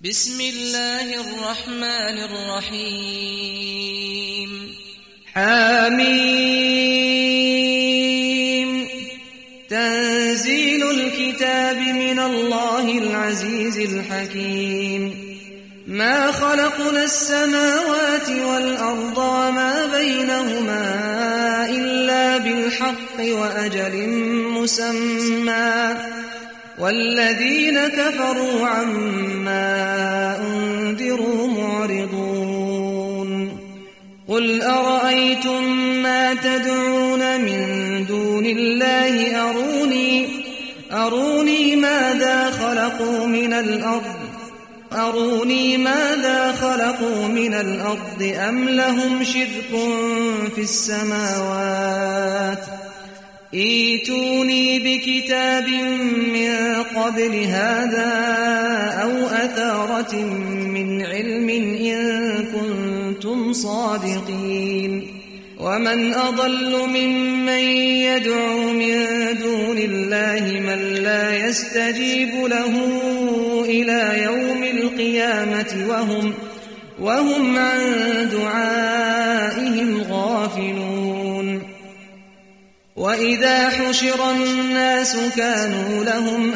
بسم الله الرحمن الرحيم حميم تنزيل الكتاب من الله العزيز الحكيم ما خلقنا السماوات والأرض وما بينهما إلا بالحق وأجل مسمى والذين كفروا عما أنذروا معرضون قل أرأيتم ما تدعون من دون الله أروني ماذا خلقوا من الأرض أم لهم شرك في السماوات ائتوني بكتاب من قبل هذا أو أثارة من علم إن كنتم صادقين ومن أضل ممن يدعو من دون الله من لا يستجيب له إلى يوم القيامة وهم عن دعائهم غافلون وإذا حشر الناس كانوا لهم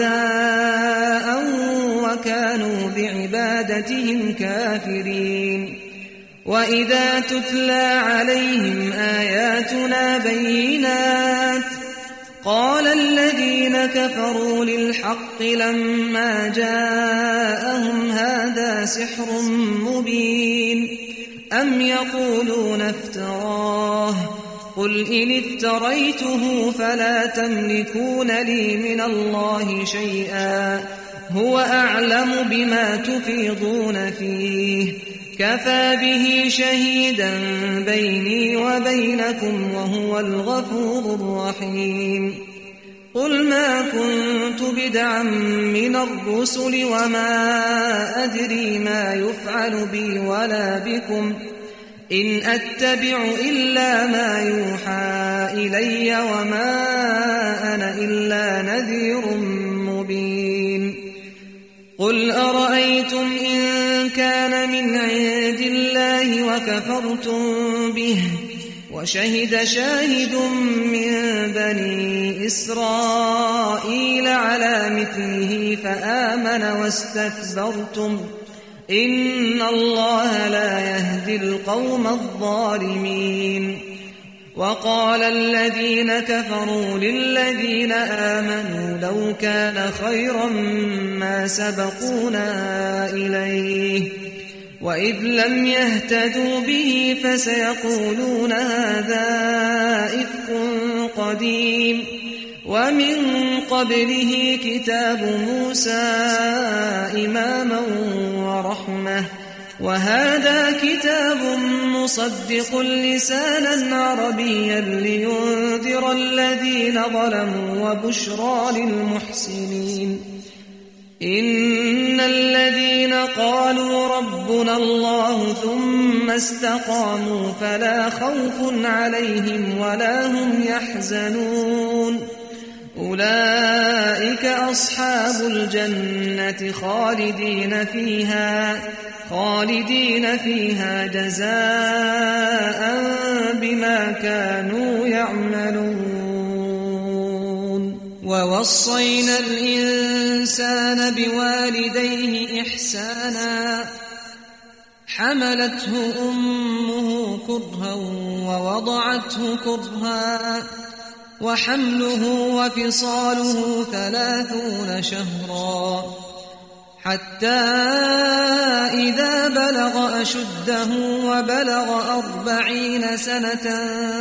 أعداء وكانوا بعبادتهم كافرين وإذا تتلى عليهم آياتنا بينات قال الذين كفروا للحق لما جاءهم هذا سحر مبين أم يقولون افتراه قل إن افتريته فلا تملكون لي من الله شيئا هو أعلم بما تفيضون فيه كفى به شهيدا بيني وبينكم وهو الغفور الرحيم قل ما كنت بدعا من الرسل وما أدري ما يفعل بي ولا بكم إن أتبع إلا ما يوحى إلي وما أنا إلا نذير مبين قل أرأيتم إن كان من عند الله وكفرتم به وشهد شاهد من بني إسرائيل على مثله فآمن واستكبرتم إن الله لا يهدي القوم الظالمين وقال الذين كفروا للذين آمنوا لو كان خيرا ما سبقونا إليه وإذ لم يهتدوا به فسيقولون هذا إفك قديم ومن قبله كتاب موسى إماما ورحمة وهذا كتاب مصدق لسانا عربيا لينذر الذين ظلموا وبشرى للمحسنين إن الذين قالوا ربنا الله ثم استقاموا فلا خوف عليهم ولا هم يحزنون أولئك أصحاب الجنة خالدين فيها جزاء بما كانوا يعملون ووصينا الإنسان بوالديه إحسانا حملته أمه كرها ووضعته كرها وحمله وفصاله 30 شهرا حتى إذا بلغ أشده وبلغ 40 سنة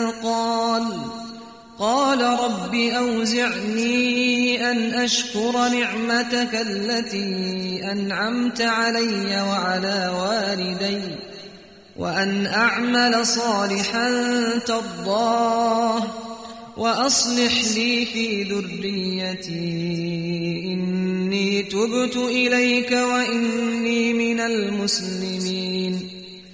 قال رب أوزعني أن أشكر نعمتك التي أنعمت علي وعلى والدي وأن أعمل صالحا ترضاه وأصلح لي في ذريتي إني تبت إليك وإني من المسلمين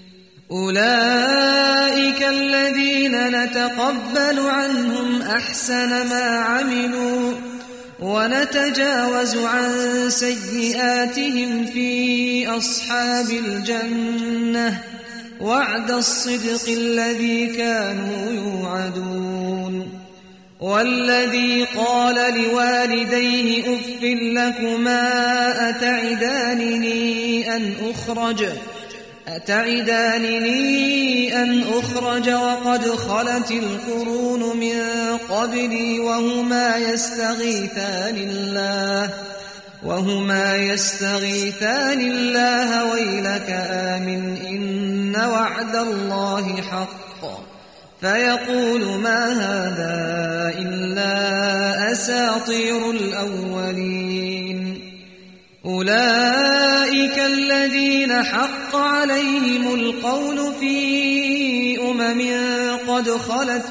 أولئك الذين نتقبل عنهم أحسن ما عملوا ونتجاوز عن سيئاتهم في أصحاب الجنة وعد الصدق الذي كانوا يوعدون والذي قال لوالديه أف لكما أتعدانني أن أخرج وقد خلت القرون من قبلي وهما يستغيثان الله ويلك آمن إن وعد الله حق فيقول ما هذا إلا أساطير الأولين أولئك الذين حق عليهم القول في أمم قد خلت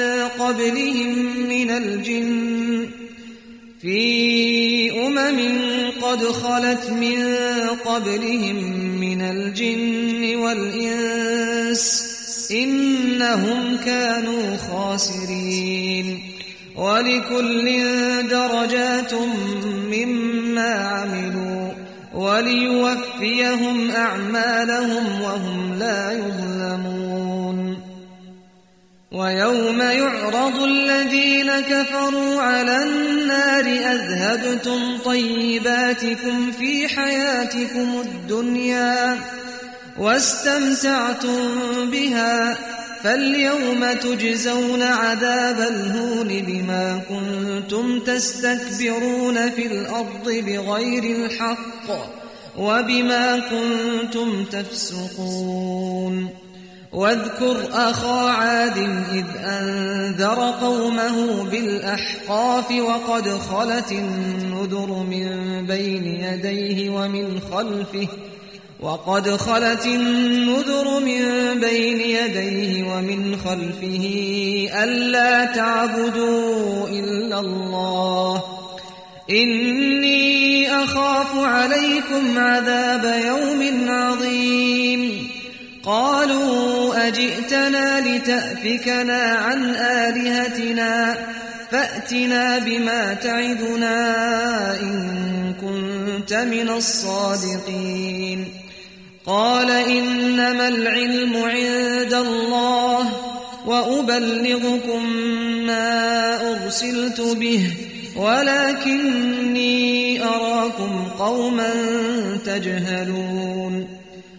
من قبلهم من الجن والإنس إنهم كانوا خاسرين ولكل درجات مما عملوا وليوفيهم أعمالهم وهم لا يظلمون ويوم يعرض الذين كفروا على النار أذهبتم طيباتكم في حياتكم الدنيا واستمتعتم بها فاليوم تجزون عذاب الهون بما كنتم تستكبرون في الأرض بغير الحق وبما كنتم تفسقون واذكر أخا عاد إذ أنذر قومه بالأحقاف وقد خلت النذر من بين يديه ومن خلفه ألا تعبدوا إلا الله إني أخاف عليكم عذاب يوم عظيم قالوا أجئتنا لتأفكنا عن آلهتنا فأتنا بما تعدنا إن كنت من الصادقين قال إنما العلم عند الله وأبلغكم ما أرسلت به ولكني أراكم قوما تجهلون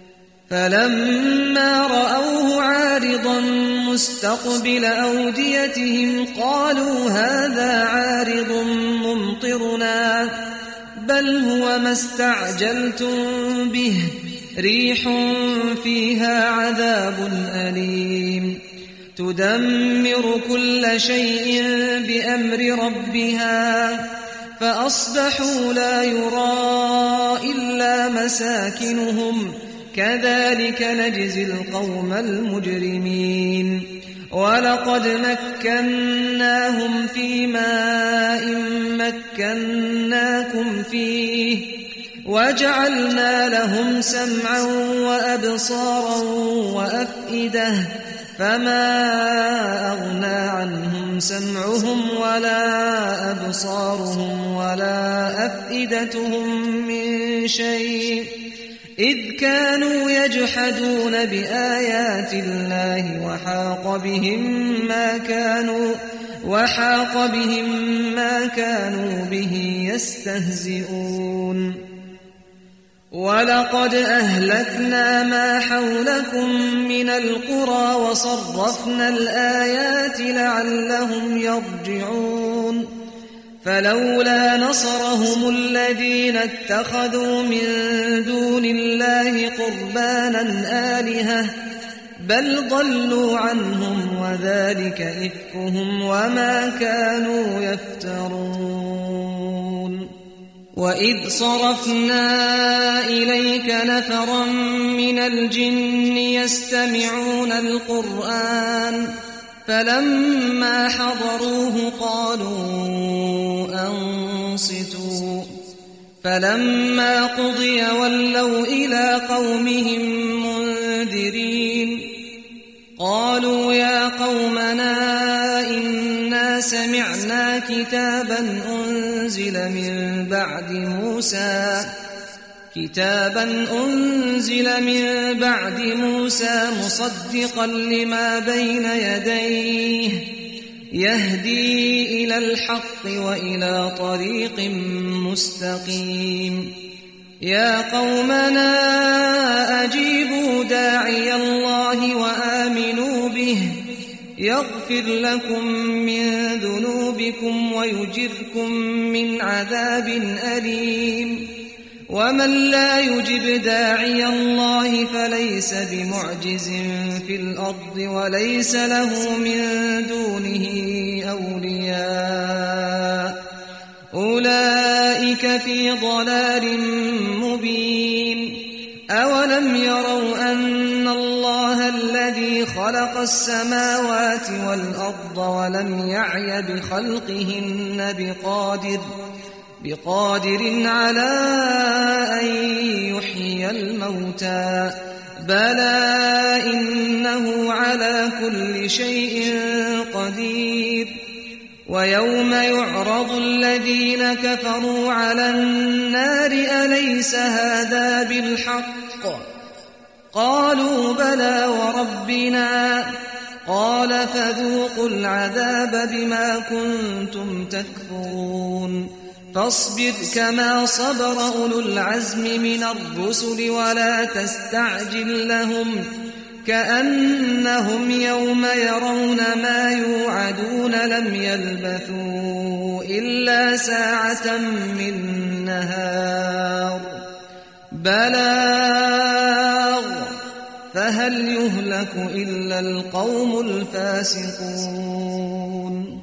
فلما رأوه عارضا مستقبل أوديتهم قالوا هذا عارض ممطرنا بل هو ما استعجلتم به ريح فيها عذاب أليم تدمر كل شيء بأمر ربها فأصبحوا لا يرى إلا مساكنهم كذلك نجزي القوم المجرمين ولقد مكناهم في ماء مكناكم فيه وجعلنا لهم سمعا وأبصارا وأفئدة فما أغنى عنهم سمعهم ولا أبصارهم ولا أفئدتهم من شيء إذ كانوا يجحدون بآيات الله وحاق بهم ما كانوا به يستهزئون ولقد أهلكنا ما حولكم من القرى وصرفنا الآيات لعلهم يرجعون فلولا نصرهم الذين اتخذوا من دون الله قربانا آلهة بل ضلوا عنهم وذلك إفكهم وما كانوا يفترون وإذ صرفنا إليك نفرا من الجن يستمعون القرآن فلما حضروه قالوا أنصتوا فلما قضي ولوا إلى قومهم منذرين قالوا يا قومنا إنا سمعنا كتابا أنزل أنزل من بعد موسى مصدقا لما بين يديه يهدي إلى الحق وإلى طريق مستقيم يا قومنا أجيبوا داعي الله وآمنوا به يغفر لكم من ذنوبكم ويجركم من عذاب أليم ومن لا يجب داعي الله فليس بمعجز في الأرض وليس له من دونه أولياء أولئك في ضلال مبين أولم يروا أن الله الذي خلق السماوات والأرض ولم يعي بخلقهن بقادر على أن يحيي الموتى بلى إنه على كل شيء قدير ويوم يعرض الذين كفروا على النار أليس هذا بالحق قالوا بلى وربنا قال فذوقوا العذاب بما كنتم تكفرون فاصبر كما صبر أولو العزم من الرسل ولا تستعجل لهم كأنهم يوم يرون ما يوعدون لم يلبثوا إلا ساعة من نهار بلاغ فهل يهلك إلا القوم الفاسقون